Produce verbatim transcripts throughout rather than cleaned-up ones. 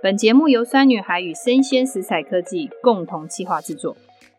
本节目由酸女孩与生鲜食材科技共同企划制作。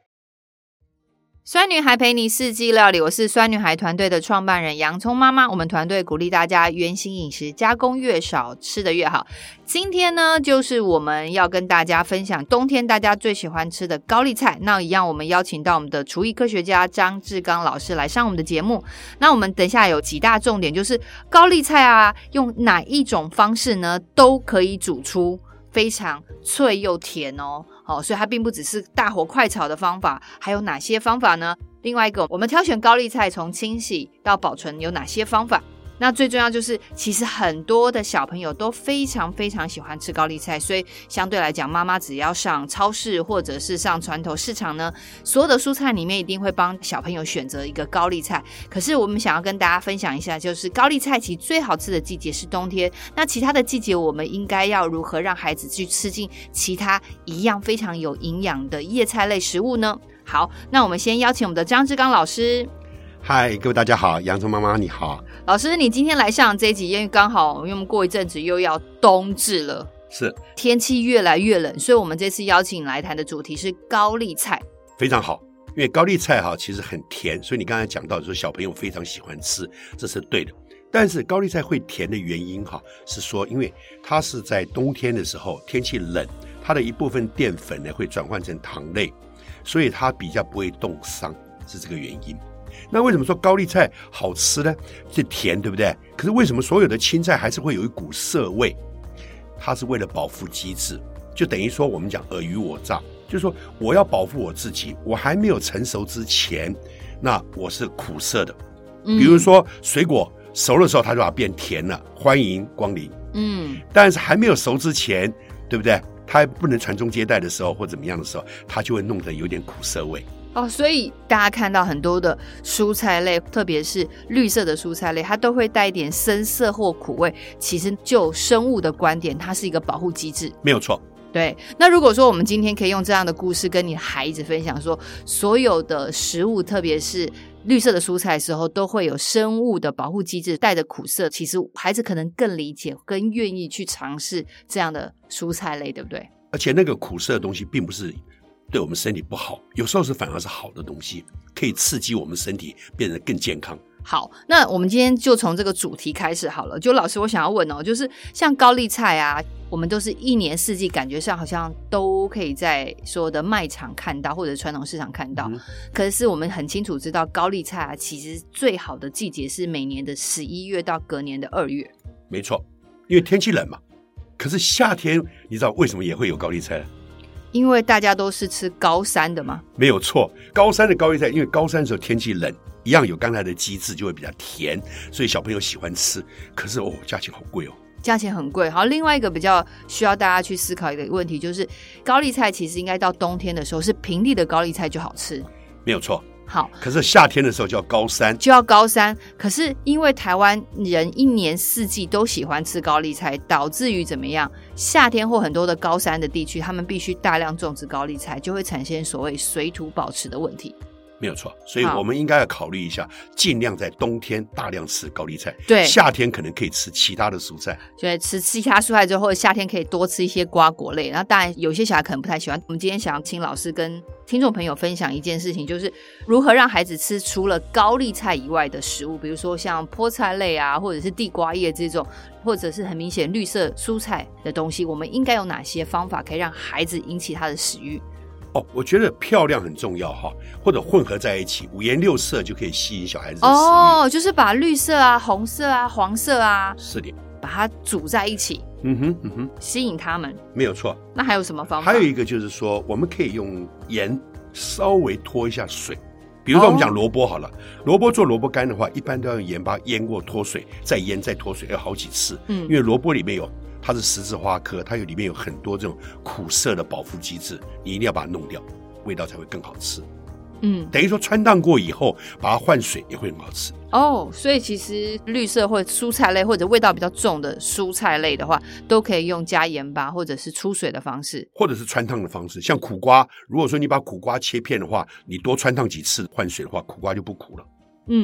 酸女孩陪你四季料理，我是酸女孩团队的创办人洋葱妈妈。我们团队鼓励大家原型饮食，加工越少，吃得越好。今天呢，就是我们要跟大家分享冬天大家最喜欢吃的高丽菜。那一样，我们邀请到我们的厨艺科学家张志刚老师来上我们的节目。那我们等一下有几大重点，就是高丽菜啊，用哪一种方式呢，都可以煮出非常脆又甜哦。哦，所以它并不只是大火快炒的方法，还有哪些方法呢？另外一个，我们挑选高丽菜从清洗到保存有哪些方法？那最重要就是，其实很多的小朋友都非常非常喜欢吃高丽菜，所以相对来讲，妈妈只要上超市或者是上传统市场呢，所有的蔬菜里面一定会帮小朋友选择一个高丽菜。可是我们想要跟大家分享一下，就是高丽菜其实最好吃的季节是冬天，那其他的季节我们应该要如何让孩子去吃进其他一样非常有营养的叶菜类食物呢？好，那我们先邀请我们的张志刚老师。 嗨，各位大家好，洋葱妈妈你好。 老师，你今天来上这一集，因为刚好因为我们过一阵子又要冬至了， 是天气越来越冷，所以我们这次邀请来谈的主题是高丽菜。 非常好，因为高丽菜哈其实很甜，所以你刚才讲到说小朋友非常喜欢吃，这是对的。但是高丽菜会甜的原因哈，是说因为它是在冬天的时候天气冷，它的一部分淀粉呢会转换成糖类，所以它比较不会冻伤，是这个原因。那为什么说高丽菜好吃呢？是甜，对不对？可是为什么所有的青菜还是会有一股涩味？它是为了保护机制，就等于说我们讲尔虞我诈，就是说我要保护我自己，我还没有成熟之前，那我是苦涩的。比如说水果熟的时候它就要变甜了，欢迎光临。嗯，但是还没有熟之前，对不对？它还不能传宗接代的时候或怎么样的时候，它就会弄得有点苦涩味。 哦，所以大家看到很多的蔬菜类，特别是绿色的蔬菜类，它都会带一点深色或苦味。其实就生物的观点，它是一个保护机制， 没有错。 对，那如果说我们今天可以用这样的故事跟你的孩子分享说，所有的食物，特别是绿色的蔬菜的时候，都会有生物的保护机制带着苦涩，其实孩子可能更理解更愿意去尝试这样的蔬菜类，对不对？ 而且那个苦涩的东西并不是对我们身体不好，有时候是反而是好的东西，可以刺激我们身体变得更健康。 好，那我们今天就从这个主题开始好了。就老师我想要问哦，就是像高丽菜啊，我们都是一年四季感觉上好像都可以在所有的卖场看到或者传统市场看到、嗯、可是我们很清楚知道高丽菜啊，其实最好的季节是每年的十一月到隔年的二月。 没错，因为天气冷嘛。可是夏天你知道为什么也会有高丽菜呢？ 因为大家都是吃高山的嘛。 没有错，高山的高丽菜，因为高山的时候天气冷，一样有刚才的机制，就会比较甜，所以小朋友喜欢吃。可是哦，价钱好贵哦， 价钱很贵。好，另外一个比较需要大家去思考一个问题，就是高丽菜其实应该到冬天的时候是平地的高丽菜就好吃， 没有错。 好， 可是夏天的时候就要高山， 就要高山。可是因为台湾人一年四季都喜欢吃高丽菜，导致于怎么样？夏天或很多的高山的地区，他们必须大量种植高丽菜，就会产生所谓水土保持的问题。 没有错，所以我们应该要考虑一下，尽量在冬天大量吃高丽菜， 对， 夏天可能可以吃其他的蔬菜， 所以吃其他蔬菜之后，或者夏天可以多吃一些瓜果类。然后当然有些小孩可能不太喜欢。我们今天想要请老师跟听众朋友分享一件事情，就是如何让孩子吃除了高丽菜以外的食物，比如说像菠菜类啊，或者是地瓜叶这种，或者是很明显绿色蔬菜的东西，我们应该有哪些方法可以让孩子引起他的食欲？ 哦，我觉得漂亮很重要哈，或者混合在一起，五颜六色就可以吸引小孩子的食欲。 哦，就是把绿色啊、红色啊、黄色啊， 是的， 把它煮在一起， 嗯哼嗯哼， 吸引他们。 没有错。 那还有什么方法？ 还有一个就是说，我们可以用盐稍微脱一下水。比如说我们讲萝卜好了，萝卜做萝卜干的话，一般都要用盐巴腌过脱水，再腌再脱水，要好几次。嗯，因为萝卜里面有它是十字花科，它有里面有很多这种苦涩的保护机制，你一定要把它弄掉，味道才会更好吃。嗯，等于说穿烫过以后把它换水也会很好吃哦。所以其实绿色或者蔬菜类或者味道比较重的蔬菜类的话，都可以用加盐巴或者是出水的方式， 或者是穿烫的方式。像苦瓜，如果说你把苦瓜切片的话，你多穿烫几次换水的话，苦瓜就不苦了。 嗯，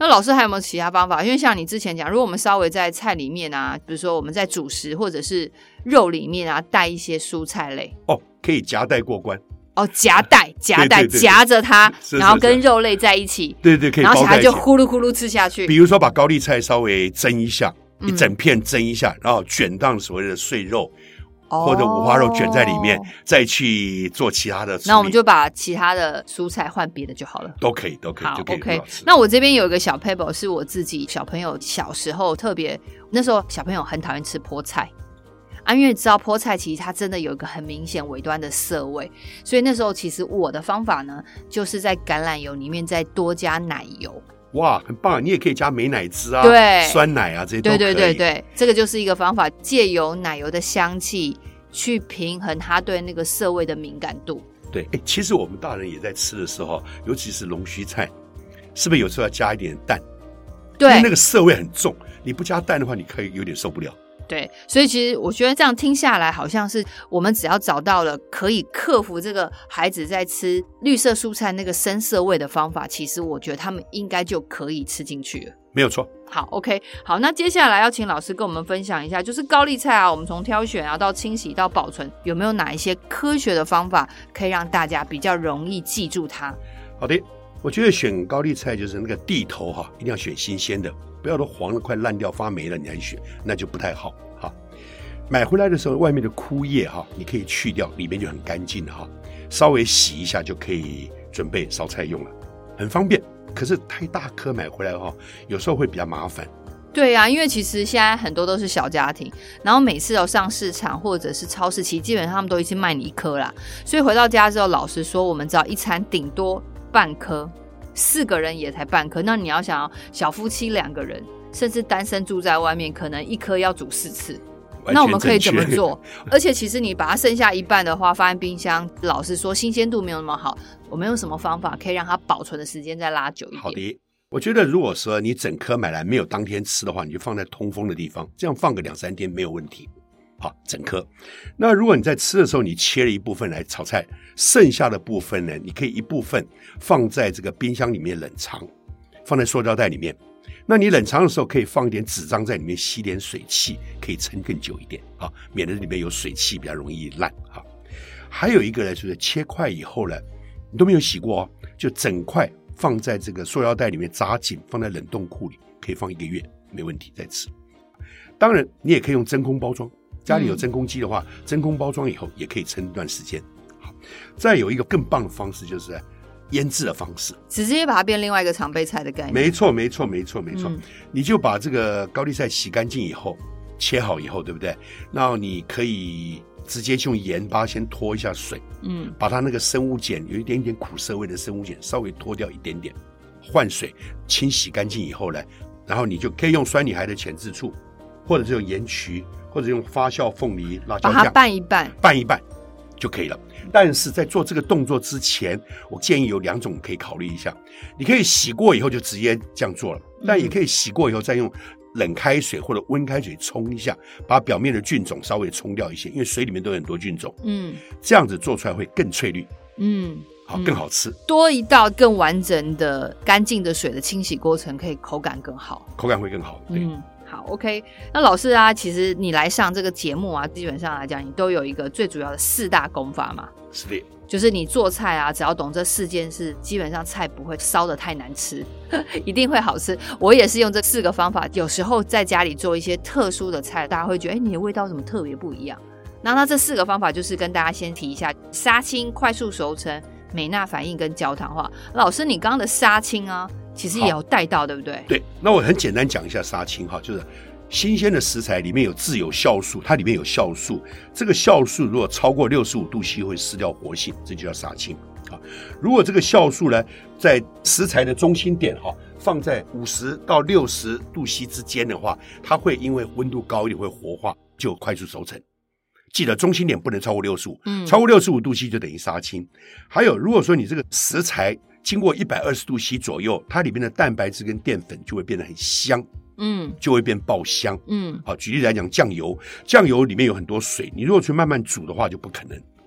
那老师还有没有其他方法？因为像你之前讲，如果我们稍微在菜里面啊，比如说我们在主食或者是肉里面啊带一些蔬菜类， 哦，可以夹带过关。 哦，夹带夹带夹着它，然后跟肉类在一起， 对对，可以包在一起， 然后小孩就呼噜呼噜吃下去。 比如说把高丽菜稍微蒸一下，嗯、一整片蒸一下，然后卷到所谓的碎肉。哦、或者五花肉卷在里面，再去做其他的处理。 那我们就把其他的蔬菜换别的就好了。 都可以，都可以， 好就可以 OK。那我这边有一个小 paper 是我自己小朋友小时候特别，那时候小朋友很讨厌吃菠菜啊，因为知道菠菜其实它真的有一个很明显尾端的涩味，所以那时候其实我的方法呢，就是在橄榄油里面再多加奶油。 哇，很棒！你也可以加美乃滋啊， 对， 酸奶啊，这些都可以。 对对对对，这个就是一个方法，借由奶油的香气去平衡它对那个涩味的敏感度。 对，哎，其实我们大人也在吃的时候，尤其是龙须菜，是不是有时候要加一点蛋？ 对， 因为那个涩味很重，你不加蛋的话，你可以有点受不了。 对，所以其实我觉得这样听下来，好像是我们只要找到了可以克服这个孩子在吃绿色蔬菜那个深涩味的方法，其实我觉得他们应该就可以吃进去了。 没有错。 好 OK， 好，那接下来要请老师跟我们分享一下，就是高丽菜啊，我们从挑选啊到清洗到保存，有没有哪一些科学的方法可以让大家比较容易记住它？ 好的，我觉得选高丽菜就是那个蒂头哈，一定要选新鲜的，不要都黄了快烂掉发霉了你还选，那就不太好哈。买回来的时候外面的枯叶哈，你可以去掉，里面就很干净哈，稍微洗一下就可以准备烧菜用了，很方便。可是太大颗买回来哈，有时候会比较麻烦。 对啊，因为其实现在很多都是小家庭，然后每次有上市场或者是超市，其实基本上他们都已经卖你一颗啦，所以回到家之后，老实说，我们只要一餐顶多半颗，四个人也才半颗。那你要想要小夫妻两个人，甚至单身住在外面，可能一颗要煮四次。那我们可以怎么做？而且其实你把它剩下一半的话放在冰箱，老实说新鲜度没有那么好，我们用什么方法可以让它保存的时间再拉久一点？ 好的，我觉得如果说你整颗买来没有当天吃的话，你就放在通风的地方，这样放个两三天没有问题。好，整颗。那如果你在吃的时候你切了一部分来炒菜，剩下的部分呢，你可以一部分放在这个冰箱里面冷藏，放在塑胶袋里面。那你冷藏的时候可以放一点纸张在里面吸点水汽，可以撑更久一点啊，免得里面有水汽比较容易烂啊。还有一个呢，就是切块以后呢，你都没有洗过哦，就整块放在这个塑料袋里面扎紧，放在冷冻库里，可以放一个月没问题再吃。当然你也可以用真空包装，家里有真空机的话、嗯、真空包装以后也可以撑一段时间。好，再有一个更棒的方式就是腌制的方式， 直接把它变另外一个常备菜的概念。 没错没错没错没错、嗯、你就把这个高丽菜洗干净以后切好以后，对不对？然后你可以直接用盐把它先脱一下水，嗯，把它那个生物碱有一点点苦涩味的生物碱稍微脱掉一点点，换水清洗干净以后呢，然后你就可以用酸女孩的浅渍醋，或者是用盐曲，或者用发酵凤梨辣椒酱， 把它拌一拌拌一拌就可以了。但是在做这个动作之前，我建议有两种可以考虑一下。你可以洗过以后就直接这样做了，但也可以洗过以后再用冷开水或者温开水冲一下，把表面的菌种稍微冲掉一些，因为水里面都有很多菌种，嗯，这样子做出来会更翠绿，嗯，好，更好吃， 多一道更完整的干净的水的清洗过程，可以口感更好， 口感会更好，对。 嗯，好 OK。 那老师啊，其实你来上这个节目啊，基本上来讲你都有一个最主要的四大功法嘛。 是的， 就是你做菜啊，只要懂这四件事，基本上菜不会烧得太难吃一定会好吃。我也是用这四个方法，有时候在家里做一些特殊的菜，大家会觉得哎，你的味道怎么特别不一样。然后那这四个方法就是跟大家先提一下：杀青、快速熟成、美纳反应跟焦糖化。老师你刚刚的杀青啊，其实也有带到，对不对？ 对，那我很简单讲一下杀青哈，就是新鲜的食材里面有自有酵素，它里面有酵素，这个酵素如果超过六十五度 C 会失掉活性，这就叫杀青啊。如果这个酵素呢在食材的中心点哈，放在五十到六十度 C 之间的话，它会因为温度高一点会活化，就快速熟成。记得中心点不能超过六十五，嗯，超过六十五度 C 就等于杀青。还有如果说你这个食材经过一百二十度 C 左右，它里面的蛋白质跟淀粉就会变得很香，嗯，就会变爆香，嗯，好，举例来讲，酱油，酱油里面有很多水，你如果去慢慢煮的话就不可能，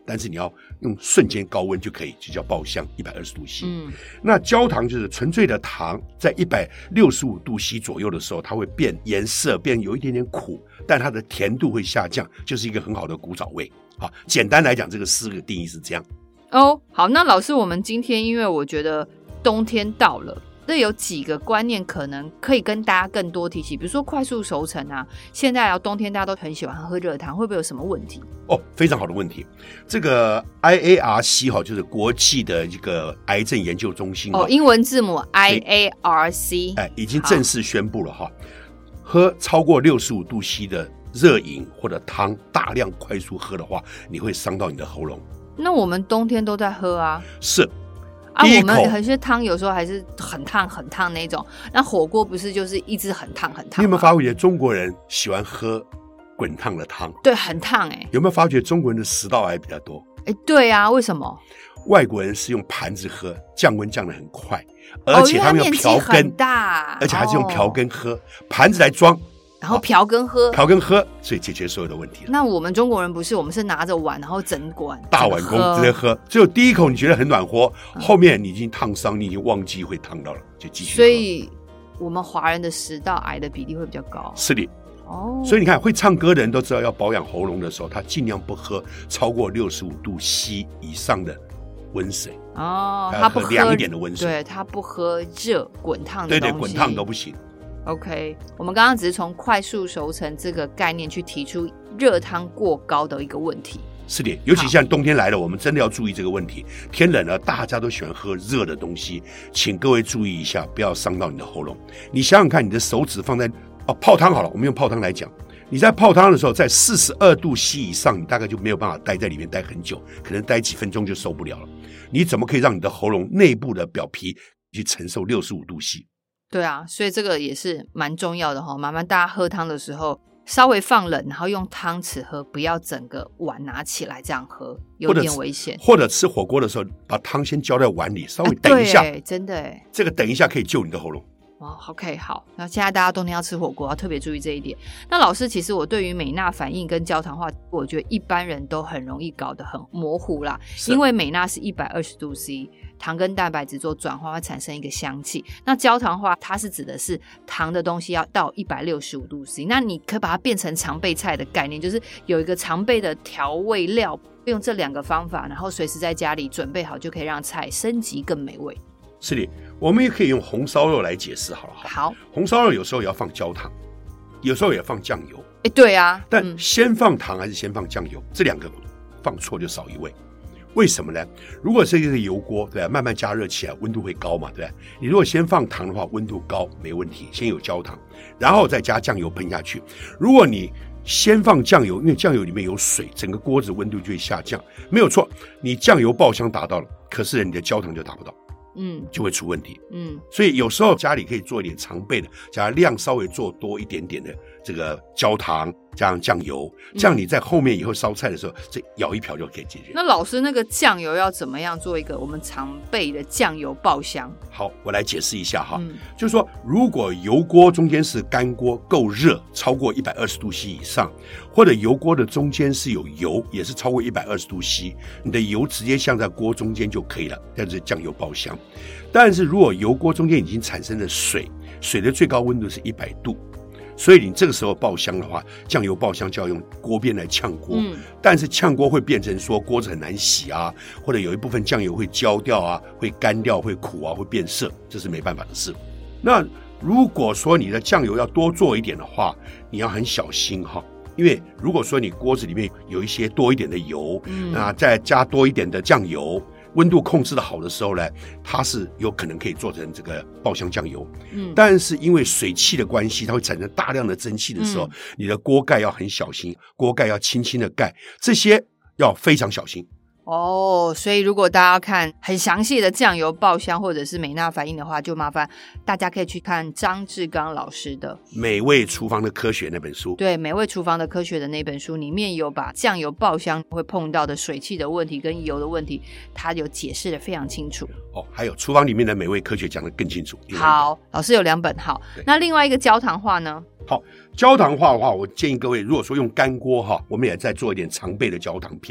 但是你要用瞬间高温就可以，就叫爆香一百二十度 C。 嗯， 那焦糖就是纯粹的糖，在一百六十五度 C 左右的时候，它会变颜色，变有一点点苦，但它的甜度会下降，就是一个很好的古早味。好，简单来讲，这个四个定义是这样。 哦，好，那老师，我们今天因为我觉得冬天到了，这有几个观念可能可以跟大家更多提起，比如说快速熟成啊，现在啊冬天大家都很喜欢喝热汤，会不会有什么问题？ 哦，非常好的问题。这个 I A R C 哈，就是国际的一个癌症研究中心哦，英文字母 I A R C， 哎，已经正式宣布了哈，喝超过六十五度 C 的热饮或者汤，大量快速喝的话，你会伤到你的喉咙。 那我们冬天都在喝啊， 是。 啊，我们有些汤有时候还是很烫很烫那种，那火锅不是就是一直很烫很烫吗？ 你有没有发觉中国人喜欢喝滚烫的汤？ 对，很烫哎、欸。 有没有发觉中国人的食道癌比较多？ 哎，对啊，为什么？ 外国人是用盘子喝，降温降得很快，而且他们用瓢根， 哦、很大， 而且还是用瓢根喝，哦、盘子来装。 然后瓢根喝， 瓢根喝，所以解决所有的问题了。 那我们中国人不是，我们是拿着碗，然后整碗大碗公直接喝，只有第一口你觉得很暖和，嗯、后面你已经烫伤，你已经忘记会烫到了，就继续喝。 所以我们华人的食道癌的比例会比较高。 是的。 哦， 所以你看，会唱歌的人都知道，要保养喉咙的时候，他尽量不喝超过六十五度 C 以上的温水。 哦，他不喝凉一点的温水， 对，他不喝热滚烫的东西， 对对，滚烫都不行。 OK， 我们刚刚只是从快速熟成这个概念去提出热汤过高的一个问题。 是的，尤其像冬天来了，我们真的要注意这个问题。天冷了，大家都喜欢喝热的东西，请各位注意一下，不要伤到你的喉咙。你想想看，你的手指放在哦泡汤好了，我们用泡汤来讲，你在泡汤的时候，在四十二度 C 以上，你大概就没有办法待在里面待很久，可能待几分钟就受不了了。你怎么可以让你的喉咙内部的表皮去承受六十五度 C？ 对啊，所以这个也是蛮重要的哈。麻烦大家喝汤的时候稍微放冷，然后用汤匙喝，不要整个碗拿起来这样喝，有点危险。 或者吃火锅的时候，把汤先浇在碗里，稍微等一下， 啊、对，真的耶， 这个等一下可以救你的喉咙。 哦 ，OK， 好，那现在大家冬天要吃火锅，要特别注意这一点。那老师，其实我对于美钠反应跟焦糖化，我觉得一般人都很容易搞得很模糊啦，因为美钠是一百二十度 C。糖跟蛋白质做转化会产生一个香气，那焦糖化它是指的是糖的东西要到一百六十五度 C， 那你可以把它变成常备菜的概念，就是有一个常备的调味料，用这两个方法，然后随时在家里准备好，就可以让菜升级更美味。 是的，我们也可以用红烧肉来解释好了。 好， 红烧肉有时候也要放焦糖，有时候也放酱油。 哎，对啊， 但先放糖还是先放酱油，嗯、这两个放错就少一味。为什么呢？如果是一个油锅，对吧？慢慢加热起来，温度会高嘛，对吧？你如果先放糖的话，温度高没问题，先有焦糖，然后再加酱油喷下去。如果你先放酱油，因为酱油里面有水，整个锅子温度就会下降，没有错。你酱油爆香达到了，可是你的焦糖就达不到，嗯，就会出问题，嗯。所以有时候家里可以做一点常备的，加量稍微做多一点点的这个焦糖。加上酱油，这样你在后面以后烧菜的时候，这舀一瓢就可以解决。 那老师，那个酱油要怎么样做一个我们常备的酱油爆香？ 好，我来解释一下哈，嗯、就是说，如果油锅中间是干锅，够热，超过一百二十度 C 以上，或者油锅的中间是有油，也是超过一百二十度 C， 你的油直接向在锅中间就可以了，这是酱油爆香。但是如果油锅中间已经产生了水，水的最高温度是一百度。所以你这个时候爆香的话，酱油爆香就要用锅边来炝锅，嗯、但是炝锅会变成说锅子很难洗啊，或者有一部分酱油会焦掉啊，会干掉，会苦啊，会变色，这是没办法的事。那如果说你的酱油要多做一点的话，你要很小心哈，因为如果说你锅子里面有一些多一点的油，嗯、那再加多一点的酱油。温度控制的好的时候呢，它是有可能可以做成这个爆香酱油。嗯，但是因为水汽的关系，它会产生大量的蒸汽的时候，嗯、你的锅盖要很小心，锅盖要轻轻的盖，这些要非常小心。 哦，所以如果大家要看很详细的酱油爆香或者是美钠反应的话，就麻烦大家可以去看张志刚老师的 《美味厨房的科学》那本书。 对，《美味厨房的科学》的那本书里面有把酱油爆香会碰到的水汽的问题跟油的问题，他有解释的非常清楚。 哦，还有厨房里面的美味科学讲得更清楚。 好，老师有两本。好，那另外一个焦糖化呢？ 好，焦糖化的话，我建议各位，如果说用干锅哈，我们也再做一点常备的焦糖片。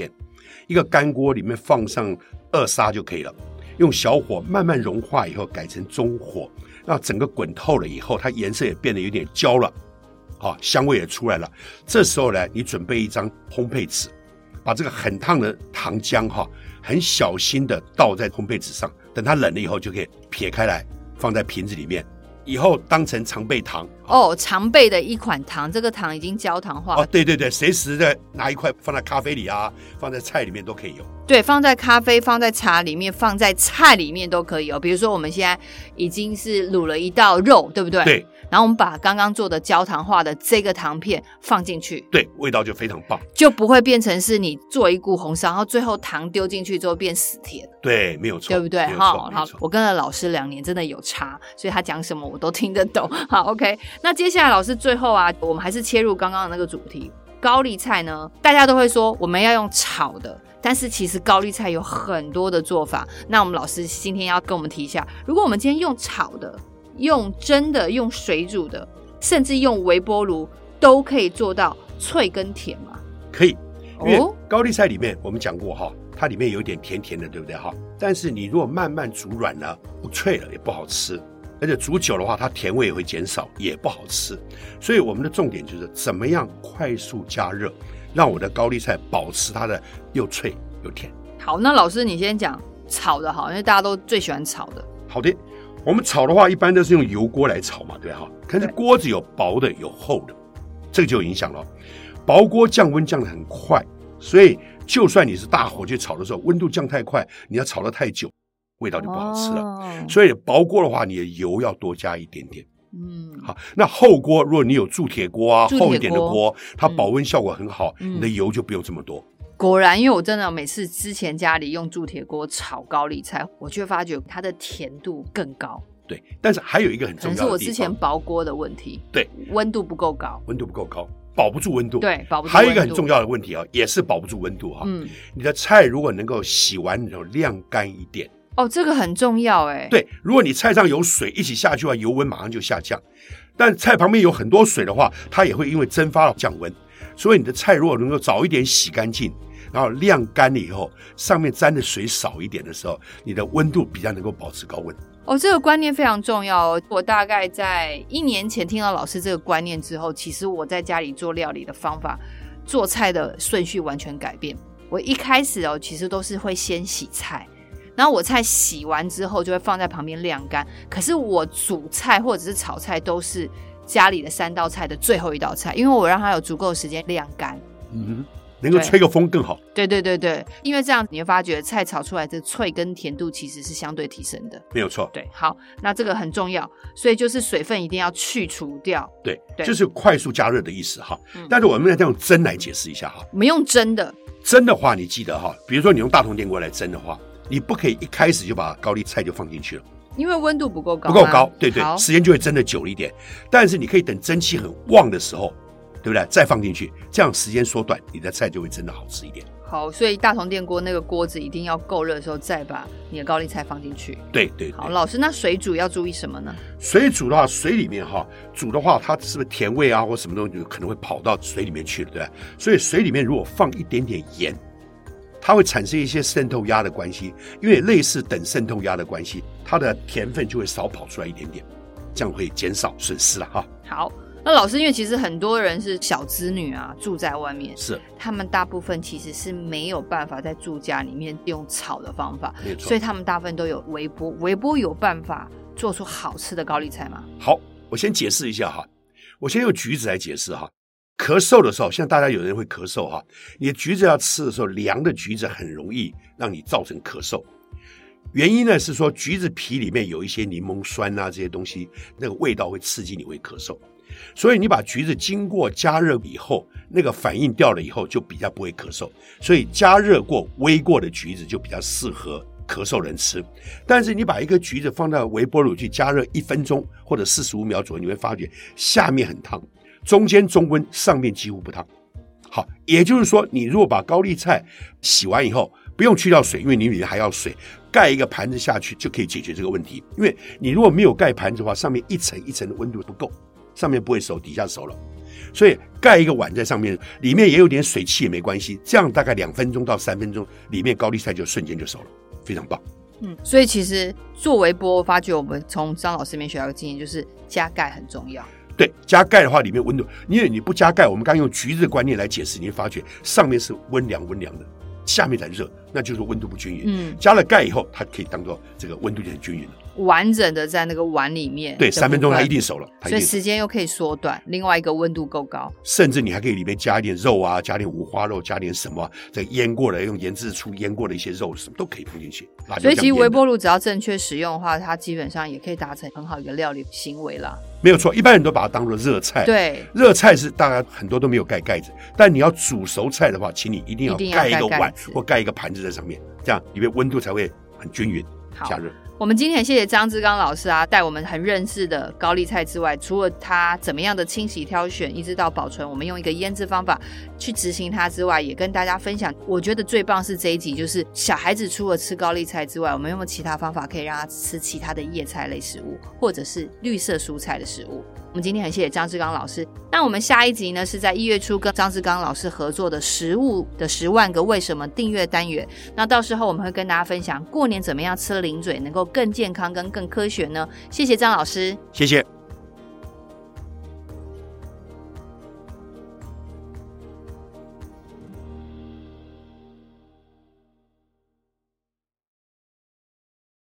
一个干锅里面放上二砂就可以了，用小火慢慢融化以后改成中火，让整个滚透了以后，它颜色也变得有点焦了，好，香味也出来了。这时候呢，你准备一张烘焙纸，把这个很烫的糖浆哈，很小心的倒在烘焙纸上，等它冷了以后就可以撇开来，放在瓶子里面，以后当成常备糖。 哦，常备的一款糖，这个糖已经焦糖化。 哦，对对对，随时的拿一块放在咖啡里啊，放在菜里面都可以有。 对，放在咖啡、放在茶里面、放在菜里面都可以哦。比如说我们现在已经是卤了一道肉，对不对？ 对。 然后我们把刚刚做的焦糖化的这个糖片放进去， 对，味道就非常棒， 就不会变成是你做一股红烧，然后最后糖丢进去之后变死甜。 对，没有错， 对不对？ 好， 好，我跟了老师两年，真的有差，所以他讲什么我都听得懂。好 ，OK。那接下来老师最后啊，我们还是切入刚刚的那个主题，高丽菜呢，大家都会说我们要用炒的。但是其实高丽菜有很多的做法，那我们老师今天要跟我们提一下，如果我们今天用炒的、用蒸的、用水煮的，甚至用微波炉，都可以做到脆跟甜吗？ 可以，因为高丽菜里面我们讲过哈，它里面有一点甜甜的，对不对哈？但是你如果慢慢煮软了，不脆了也不好吃，而且煮久的话，它甜味也会减少，也不好吃。所以我们的重点就是怎么样快速加热，让我的高丽菜保持它的又脆又甜。 好，那老师你先讲炒的好，因为大家都最喜欢炒的。 好的，我们炒的话一般都是用油锅来炒嘛，对吧？可是锅子有薄的有厚的，这个就有影响了。薄锅降温降得很快，所以就算你是大火去炒的时候，温度降太快，你要炒得太久，味道就不好吃了。哦、所以薄锅的话，你的油要多加一点点。嗯，好，那厚锅，如果你有铸铁锅啊，厚一点的锅，它保温效果很好，嗯、你的油就不用这么多。 果然，因为我真的每次之前家里用铸铁锅炒高丽菜，我却发觉它的甜度更高。 对，但是还有一个很重要的地方， 可能是我之前薄锅的问题， 对， 温度不够高， 温度不够高，保不住温度。 对，保不住温度。 还有一个很重要的问题啊，也是保不住温度哈。嗯，你的菜如果能够洗完然后晾干一点。 哦，这个很重要哎。 对，如果你菜上有水一起下去的话，油温马上就下降。但菜旁边有很多水的话，它也会因为蒸发而降温。所以你的菜如果能够早一点洗干净，然后晾干了以后，上面沾的水少一点的时候，你的温度比较能够保持高温。 哦，这个观念非常重要哦。我大概在一年前听到老师这个观念之后，其实我在家里做料理的方法、做菜的顺序完全改变。我一开始哦，其实都是会先洗菜。然后我菜洗完之后就会放在旁边晾干，可是我煮菜或者是炒菜都是家里的三道菜的最后一道菜，因为我让它有足够的时间晾干， 嗯，能够吹个风更好。 对对对对，因为这样你会发觉菜炒出来的脆跟甜度其实是相对提升的， 没有错。 对，好，那这个很重要，所以就是水分一定要去除掉。 对，对，就是快速加热的意思哈。嗯、但是我们来用蒸来解释一下哈。 我们用蒸的， 蒸的话你记得哈，比如说你用大同电锅来蒸的话，你不可以一开始就把高丽菜就放进去了， 因为温度不够高、啊， 不够高，对对，时间就会蒸得久一点。但是你可以等蒸汽很旺的时候，对不对？再放进去，这样时间缩短，你的菜就会蒸得好吃一点。 好，所以大同电锅那个锅子一定要够热的时候，再把你的高丽菜放进去。 对 对, 对。 好，老师，那水煮要注意什么呢？ 水煮的话，水里面哈煮的话，它是不是甜味啊或什么东西可能会跑到水里面去了，对吧？所以水里面如果放一点点盐，它会产生一些渗透压的关系，因为类似等渗透压的关系，它的甜分就会少跑出来一点点，这样会减少损失了哈。 好，那老师，因为其实很多人是小资女啊，住在外面， 是他们大部分其实是没有办法在住家里面用炒的方法，所以他们大部分都有微波。微波有办法做出好吃的高丽菜吗？ 好，我先解释一下哈，我先用橘子来解释哈。咳嗽的时候，像大家有人会咳嗽哈，你的橘子要吃的时候，凉的橘子很容易让你造成咳嗽。原因呢是说橘子皮里面有一些柠檬酸啊这些东西，那个味道会刺激你会咳嗽。所以你把橘子经过加热以后，那个反应掉了以后，就比较不会咳嗽。所以加热过、煨过的橘子就比较适合咳嗽人吃。但是你把一个橘子放到微波炉去加热一分钟或者四十五秒左右，你会发觉下面很烫，中间中温，上面几乎不烫。好，也就是说，你如果把高丽菜洗完以后，不用去掉水，因为你里面还要水，盖一个盘子下去就可以解决这个问题。因为你如果没有盖盘子的话，上面一层一层的温度不够，上面不会熟，底下熟了。 所以盖一个碗在上面，里面也有点水汽也没关系，这样大概两分钟到三分钟，里面高丽菜就瞬间就熟了，非常棒。 嗯，所以其实做微波，我发觉我们从张老师那边学到的经验就是加盖很重要。 对，加盖的话里面温度，因为你不加盖，我们刚用橘子的观念来解释，你会发觉上面是温凉温凉的，下面才热，那就是温度不均匀。嗯，加了盖以后，它可以当做这个温度就很均匀了， 完整的在那个碗里面。对， 三分钟它一定熟了， 所以时间又可以缩短。另外一个温度够高， 甚至你还可以里面加一点肉啊，加点五花肉，加点什么、啊，这个腌过的用盐渍醋腌过的一些肉什么都可以放进去。 所以其实微波炉只要正确使用的话，它基本上也可以达成很好一个料理行为啦。 没有错，一般人都把它当作热菜。 对， 热菜是大家很多都没有盖盖子，但你要煮熟菜的话，请你一定要盖一个碗或盖一个盘子在上面，这样里面温度才会很均匀加热。 我们今天很谢谢张志刚老师啊，带我们很认识的高丽菜之外，除了它怎么样的清洗挑选，一直到保存，我们用一个腌制方法去执行它之外，也跟大家分享。我觉得最棒是这一集，就是小孩子除了吃高丽菜之外，我们有没有其他方法可以让他吃其他的叶菜类食物，或者是绿色蔬菜的食物。我们今天很谢谢张志刚老师。那我们下一集呢，是在一月初跟张志刚老师合作的食物的十万个为什么订阅单元。那到时候我们会跟大家分享过年怎么样吃零嘴能够更健康跟更科学呢？谢谢张老师， 谢谢。